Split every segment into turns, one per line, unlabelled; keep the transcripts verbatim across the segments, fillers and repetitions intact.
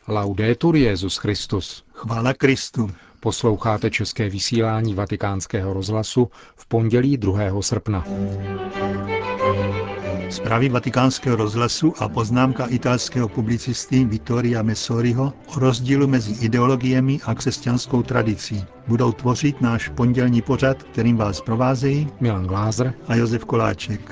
Laudetur Jesus Christus.
Chvála Kristu.
Posloucháte české vysílání Vatikánského rozhlasu v pondělí druhého srpna.
Zprávy Vatikánského rozhlasu a poznámka italského publicisty Vittoria Messoriho o rozdílu mezi ideologiemi a křesťanskou tradicí budou tvořit náš pondělní pořad, kterým vás provázejí
Milan Glázer
a Josef Koláček.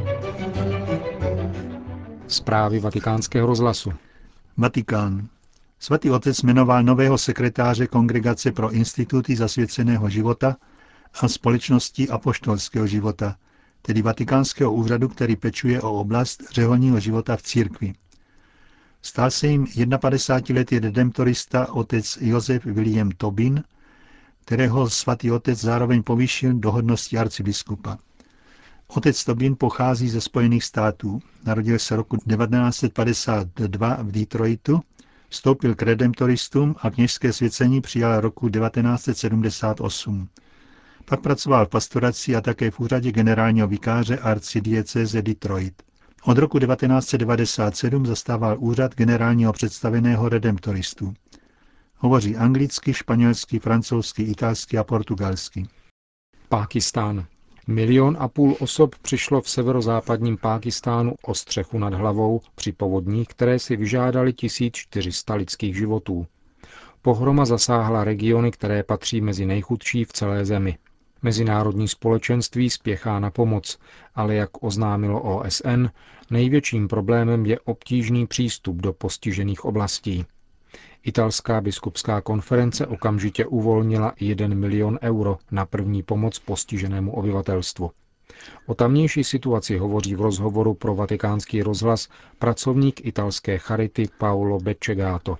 Zprávy Vatikánského rozhlasu.
Vatikán. Svatý otec jmenoval nového sekretáře Kongregace pro instituty zasvěceného života a společnosti apoštolského života, tedy Vatikánského úřadu, který pečuje o oblast řeholního života v církvi. Stal se jim padesátiletý redemptorista otec Josef William Tobin, kterého svatý otec zároveň povýšil do hodnosti arcibiskupa. Otec Tobin pochází ze Spojených států, narodil se roku devatenáct set padesát dva v Detroitu, vstoupil k redemptoristům a kněžské svěcení přijal roku devatenáct set sedmdesát osm. Pak pracoval v pastoraci a také v úřadě generálního vikáře arcidiecéze Detroit. Od roku devatenáct set devadesát sedm zastával úřad generálního představeného redemptoristů. Hovoří anglicky, španělsky, francouzsky, italsky a portugalsky.
Pákistán. Milion a půl osob přišlo v severozápadním Pákistánu o střechu nad hlavou při povodních, které si vyžádaly tisíc čtyři sta lidských životů. Pohroma zasáhla regiony, které patří mezi nejchudší v celé zemi. Mezinárodní společenství spěchá na pomoc, ale jak oznámilo O S N, největším problémem je obtížný přístup do postižených oblastí. Italská biskupská konference okamžitě uvolnila jeden milion euro na první pomoc postiženému obyvatelstvu. O tamnější situaci hovoří v rozhovoru pro Vatikánský rozhlas pracovník italské charity Paolo Beccegato.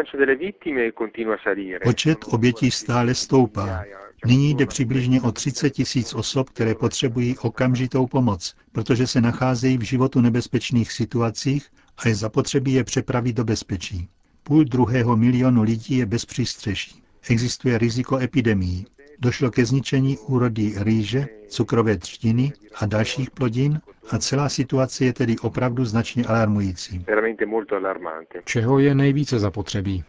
Počet obětí stále stoupá. Nyní jde přibližně o třicet tisíc osob, které potřebují okamžitou pomoc, protože se nacházejí v životu nebezpečných situacích a je zapotřebí je přepravit do bezpečí. Půl druhého milionu lidí je bez přístřeší. Existuje riziko epidemií. Došlo ke zničení úrody rýže, cukrové třtiny a dalších plodin a celá situace je tedy opravdu značně alarmující.
Čeho je nejvíce zapotřebí?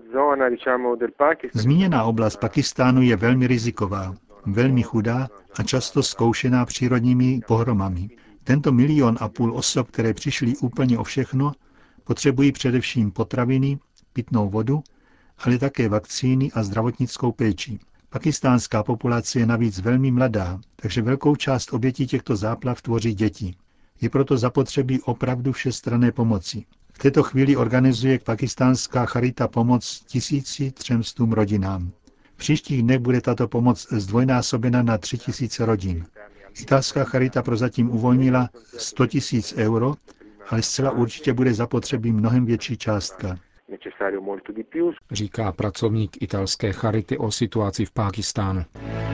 Zmíněná oblast Pakistánu je velmi riziková, velmi chudá a často zkoušená přírodními pohromami. Tento milion a půl osob, které přišly úplně o všechno, potřebují především potraviny, pitnou vodu, ale také vakcíny a zdravotnickou péči. Pakistánská populace je navíc velmi mladá, takže velkou část obětí těchto záplav tvoří děti. Je proto zapotřebí opravdu všestranné pomoci. V této chvíli organizuje pakistánská charita pomoc tisíci třem stům rodinám. V příštích dnech bude tato pomoc zdvojnásobena na tři tisíce rodin. Italská charita prozatím uvolnila sto tisíc euro, ale zcela určitě bude zapotřebí mnohem větší částka.
Říká pracovník italské charity o situaci v Pákistánu.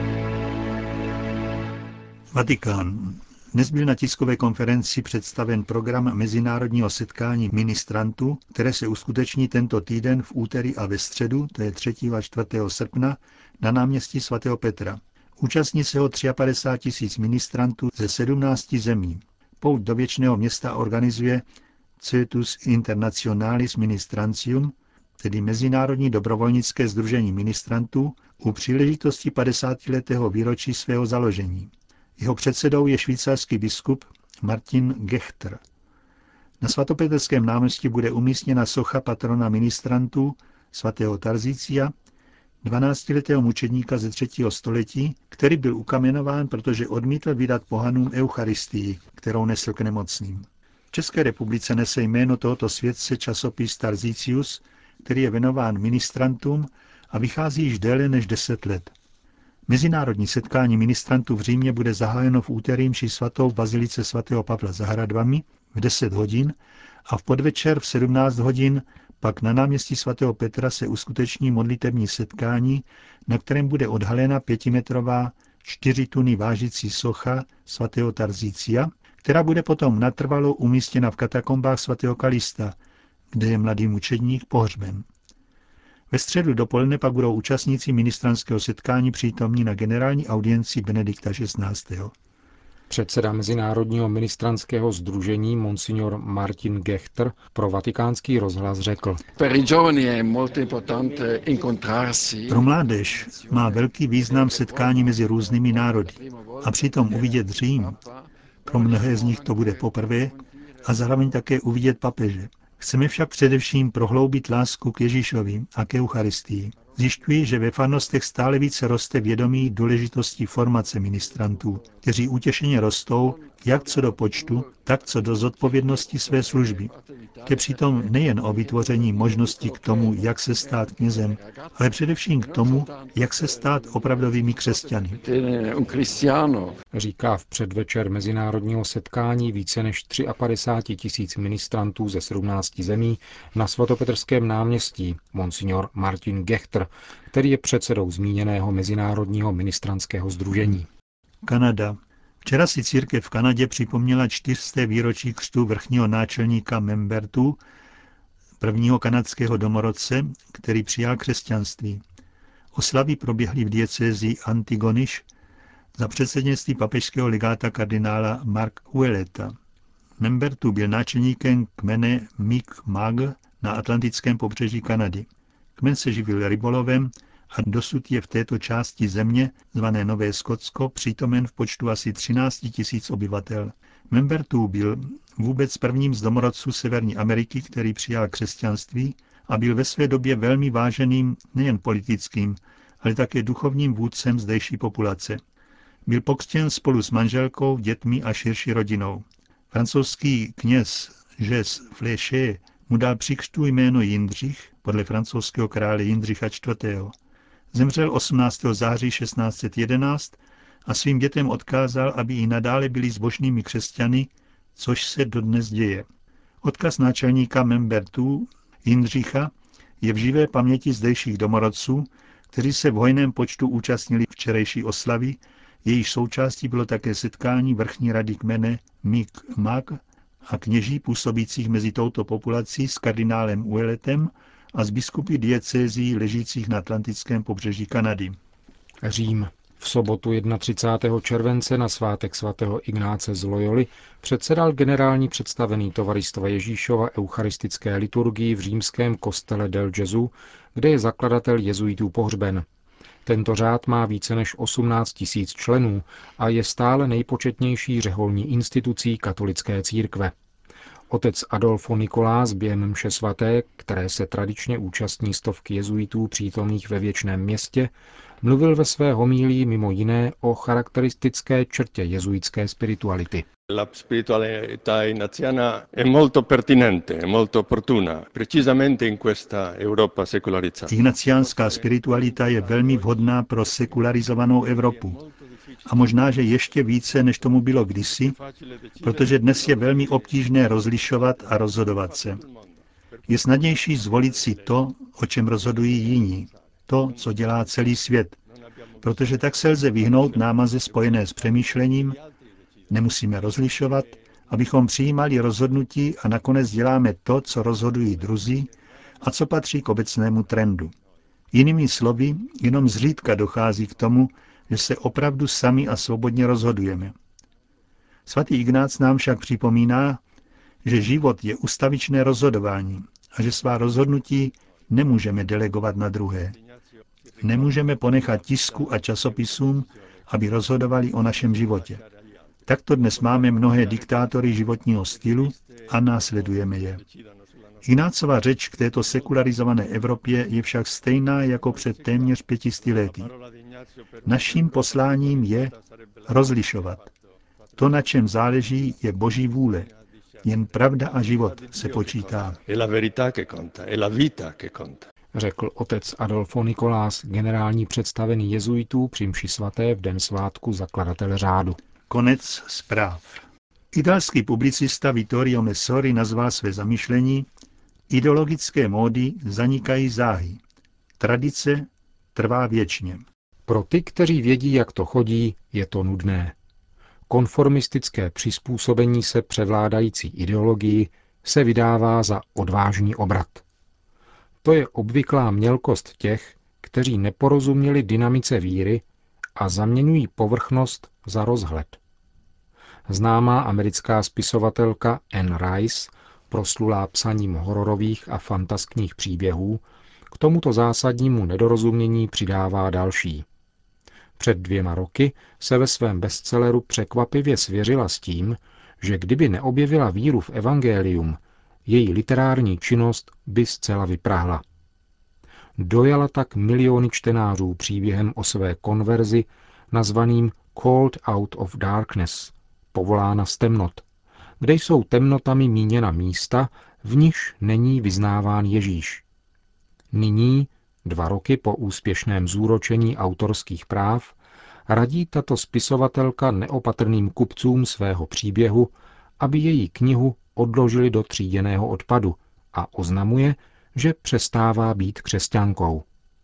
Vatikán. Dnes byl na tiskové konferenci představen program mezinárodního setkání ministrantů, které se uskuteční tento týden v úterý a ve středu, to je třetího a čtvrtého srpna, na náměstí svatého Petra. Účastní se ho padesát tři tisíc ministrantů ze sedmnácti zemí. Pouť do věčného města organizuje Cetus Internationalis Ministrantium, tedy Mezinárodní dobrovolnické sdružení ministrantů, u příležitosti padesátiletého výročí svého založení. Jeho předsedou je švýcarský biskup Martin Gechter. Na svatopetrském náměstí bude umístěna socha patrona ministrantů svatého Tarzícia, dvanáctiletého mučedníka ze třetího století, který byl ukamenován, protože odmítl vydat pohanům eucharistii, kterou nesl k nemocným. V České republice nese jméno tohoto světce časopis Tarzícius, který je věnován ministrantům a vychází již déle než deset let. Mezinárodní setkání ministrantů v Římě bude zahájeno v úterý mší svatou v bazilice svatého Pavla za hradbami v deset hodin a v podvečer v sedmnáct hodin pak na náměstí svatého Petra se uskuteční modlitební setkání, na kterém bude odhalena pětimetrová čtyři tuny vážící socha svatého Tarzícia, která bude potom natrvalo umístěna v katakombách svatého Kalista, kde je mladý mučedník pohřben. Ve středu dopoledne pak budou účastníci ministrantského setkání přítomní na generální audienci Benedikta šestnáctého
Předseda Mezinárodního ministrantského sdružení monsignor Martin Gechter pro vatikánský rozhlas řekl:
Pro mládež má velký význam setkání mezi různými národy a přitom uvidět Řím. Pro mnohé z nich to bude poprvé a zároveň také uvidět papeže. Chceme však především prohloubit lásku k Ježíšovi a k Eucharistii. Zjišťuji, že ve farnostech stále více roste vědomí důležitosti formace ministrantů, kteří utěšeně rostou, jak co do počtu, tak co do zodpovědnosti své služby. Jde přitom nejen o vytvoření možností k tomu, jak se stát knězem, ale především k tomu, jak se stát opravdovými křesťany.
Říká v předvečer mezinárodního setkání více než padesát tři tisíc ministrantů ze sedmnácti zemí na svatopetrském náměstí monsignor Martin Gechter, který je předsedou zmíněného Mezinárodního ministrantského sdružení.
Kanada. Včera si církev v Kanadě připomněla čtyřsté výročí křtu vrchního náčelníka Membertu, prvního kanadského domorodce, který přijal křesťanství. Oslavy proběhly v diecézi Antigonish za předsednictví papežského legáta kardinála Mark Ouelleta. Membertu byl náčelníkem kmene Mi'kmaq na atlantickém pobřeží Kanady. Kmen se živil rybolovem a dosud je v této části země, zvané Nové Skotsko, přítomen v počtu asi třináct tisíc obyvatel. Membertu byl vůbec prvním z domorodců Severní Ameriky, který přijal křesťanství a byl ve své době velmi váženým nejen politickým, ale také duchovním vůdcem zdejší populace. Byl pokřtěn spolu s manželkou, dětmi a širší rodinou. Francouzský kněz Jes Fléché mu dal při křtu jméno Jindřich podle francouzského krále Jindřicha čtvrtého. Zemřel osmnáctého září šestnáct set jedenáct a svým dětem odkázal, aby i nadále byli zbožnými křesťany, což se dodnes děje. Odkaz náčelníka Membertu Jindřicha je v živé paměti zdejších domorodců, kteří se v hojném počtu účastnili včerejší oslavy, jejíž součástí bylo také setkání vrchní rady kmene Mi'kmaq a kněží působících mezi touto populací s kardinálem Ouelletem a s biskupy diecézí ležících na atlantickém pobřeží Kanady.
Řím. V sobotu třicátého prvního července na svátek svatého Ignáce z Loyoli předsedal generální představený Tovaristva Ježíšova eucharistické liturgii v římském kostele del Gesù, kde je zakladatel jezuitů pohřben. Tento řád má více než osmnáct tisíc členů a je stále nejpočetnější řeholní institucí katolické církve. Otec Adolfo Nicolás během mše svaté, které se tradičně účastní stovky jezuitů přítomných ve Věčném městě, mluvil ve své homílii mimo jiné o charakteristické črtě jezuitské spirituality.
La spiritualità ignaziana è molto pertinente, è molto opportuna, precisamente in questa Europa secularizzata.
Ignaciánská spiritualita je velmi vhodná pro sekularizovanou Evropu. A možná, že ještě více, než tomu bylo kdysi, protože dnes je velmi obtížné rozlišovat a rozhodovat se. Je snadnější zvolit si to, o čem rozhodují jiní, to, co dělá celý svět, protože tak se lze vyhnout námaze spojené s přemýšlením. Nemusíme rozlišovat, abychom přijímali rozhodnutí a nakonec děláme to, co rozhodují druzí a co patří k obecnému trendu. Jinými slovy, jenom zřídka dochází k tomu, že se opravdu sami a svobodně rozhodujeme. Svatý Ignác nám však připomíná, že život je ustavičné rozhodování a že svá rozhodnutí nemůžeme delegovat na druhé. Nemůžeme ponechat tisku a časopisům, aby rozhodovali o našem životě. Takto dnes máme mnohé diktátory životního stylu a následujeme je. Ignácova řeč k této sekularizované Evropě je však stejná jako před téměř pětisty lety. Naším posláním je rozlišovat. To, na čem záleží, je Boží vůle. Jen pravda a život se počítá.
Řekl otec Adolfo Nicolás, generální představený jezuitů při mši svaté v den svátku zakladatele řádu.
Konec zpráv. Italský publicista Vittorio Messori nazval své zamyšlení Ideologické módy zanikají záhy. Tradice trvá věčně.
Pro ty, kteří vědí, jak to chodí, je to nudné. Konformistické přizpůsobení se převládající ideologii se vydává za odvážný obrat. To je obvyklá mělkost těch, kteří neporozuměli dynamice víry a zaměňují povrchnost za rozhled. Známá americká spisovatelka Anne Rice, proslulá psaním hororových a fantaskních příběhů, k tomuto zásadnímu nedorozumění přidává další. Před dvěma roky se ve svém bestselleru překvapivě svěřila s tím, že kdyby neobjevila víru v evangelium, její literární činnost by zcela vyprahla. Dojala tak miliony čtenářů příběhem o své konverzi nazvaným Called Out of Darkness, povolána z temnot, kde jsou temnotami míněna místa, v nichž není vyznáván Ježíš. Nyní, dva roky po úspěšném zúročení autorských práv, radí tato spisovatelka neopatrným kupcům svého příběhu, aby její knihu odložili do tříděného odpadu a oznamuje, že přestává být křesťankou.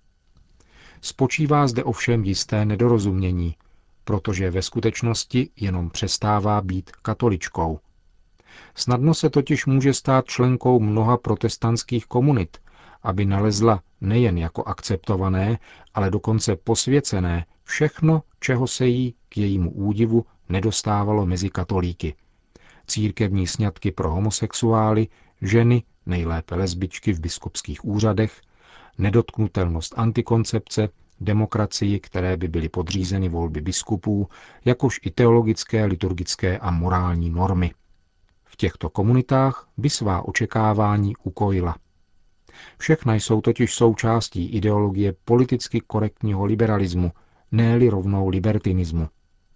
Spočívá zde ovšem jisté nedorozumění, protože ve skutečnosti jenom přestává být katoličkou. Snadno se totiž může stát členkou mnoha protestantských komunit, aby nalezla nejen jako akceptované, ale dokonce posvěcené všechno, čeho se jí k jejímu údivu nedostávalo mezi katolíky. Církevní sňatky pro homosexuály, ženy, nejlépe lesbičky v biskupských úřadech, nedotknutelnost antikoncepce, demokracii, které by byly podřízeny volby biskupů, jakož i teologické, liturgické a morální normy. V těchto komunitách by svá očekávání ukojila. Všechna jsou totiž součástí ideologie politicky korektního liberalismu, ne-li rovnou libertinismu.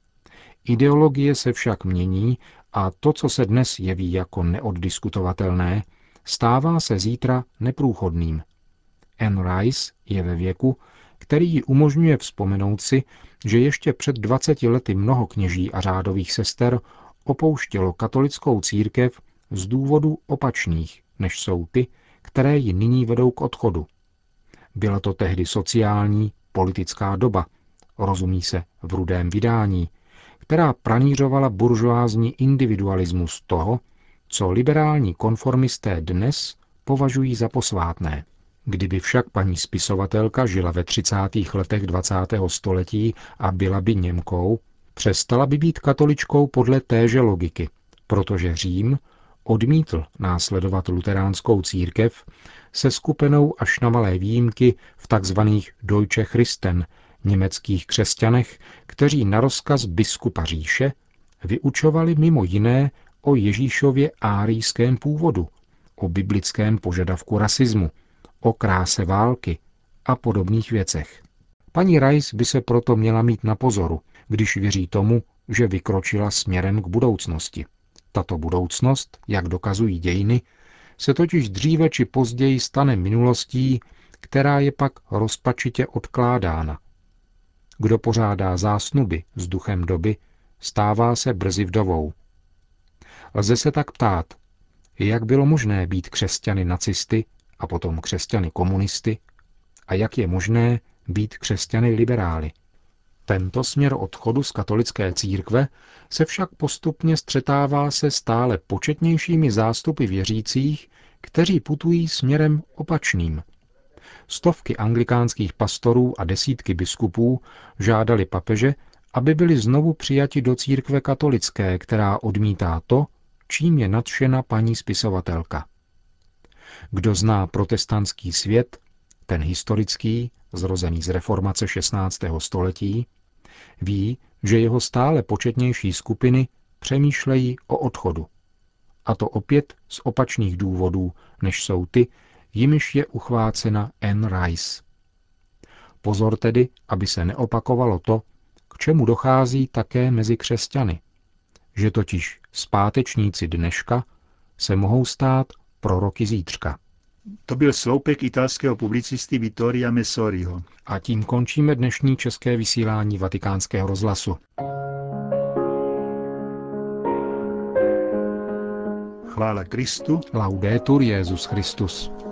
Ideologie se však mění a to, co se dnes jeví jako neoddiskutovatelné, stává se zítra neprůchodným. Anne Rice je ve věku, který ji umožňuje vzpomenout si, že ještě před dvaceti lety mnoho kněží a řádových sester opouštělo katolickou církev z důvodů opačných, než jsou ty, které ji nyní vedou k odchodu. Byla to tehdy sociální, politická doba, rozumí se v rudém vydání, která pranířovala buržoázní individualismus toho, co liberální konformisté dnes považují za posvátné. Kdyby však paní spisovatelka žila ve třicátých letech dvacátého století a byla by Němkou, přestala by být katoličkou podle téže logiky, protože Řím odmítl následovat luteránskou církev se skupinou až na malé výjimky v takzvaných Deutsche Christen, německých křesťanech, kteří na rozkaz biskupa říše vyučovali mimo jiné o Ježíšově árijském původu, o biblickém požadavku rasismu, o kráse války a podobných věcech. Paní Rice by se proto měla mít na pozoru, když věří tomu, že vykročila směrem k budoucnosti. Tato budoucnost, jak dokazují dějiny, se totiž dříve či později stane minulostí, která je pak rozpačitě odkládána. Kdo pořádá zásnuby s duchem doby, stává se brzy vdovou. Lze se tak ptát, jak bylo možné být křesťany nacisty a potom křesťany komunisty a jak je možné být křesťany liberály. Tento směr odchodu z katolické církve se však postupně střetává se stále početnějšími zástupy věřících, kteří putují směrem opačným. Stovky anglikánských pastorů a desítky biskupů žádali papeže, aby byli znovu přijati do církve katolické, která odmítá to, čím je nadšena paní spisovatelka. Kdo zná protestantský svět, ten historický, zrozený z reformace šestnáctého století, ví, že jeho stále početnější skupiny přemýšlejí o odchodu. A to opět z opačných důvodů, než jsou ty, jimiž je uchvácena Anne Rice. Pozor tedy, aby se neopakovalo to, k čemu dochází také mezi křesťany, že totiž zpátečníci dneška se mohou stát proroky zítřka.
To byl sloupek italského publicisty Vittoria Messoriho.
A tím končíme dnešní české vysílání Vatikánského rozhlasu.
Chvála Kristu.
Laudetur Jesus Christus.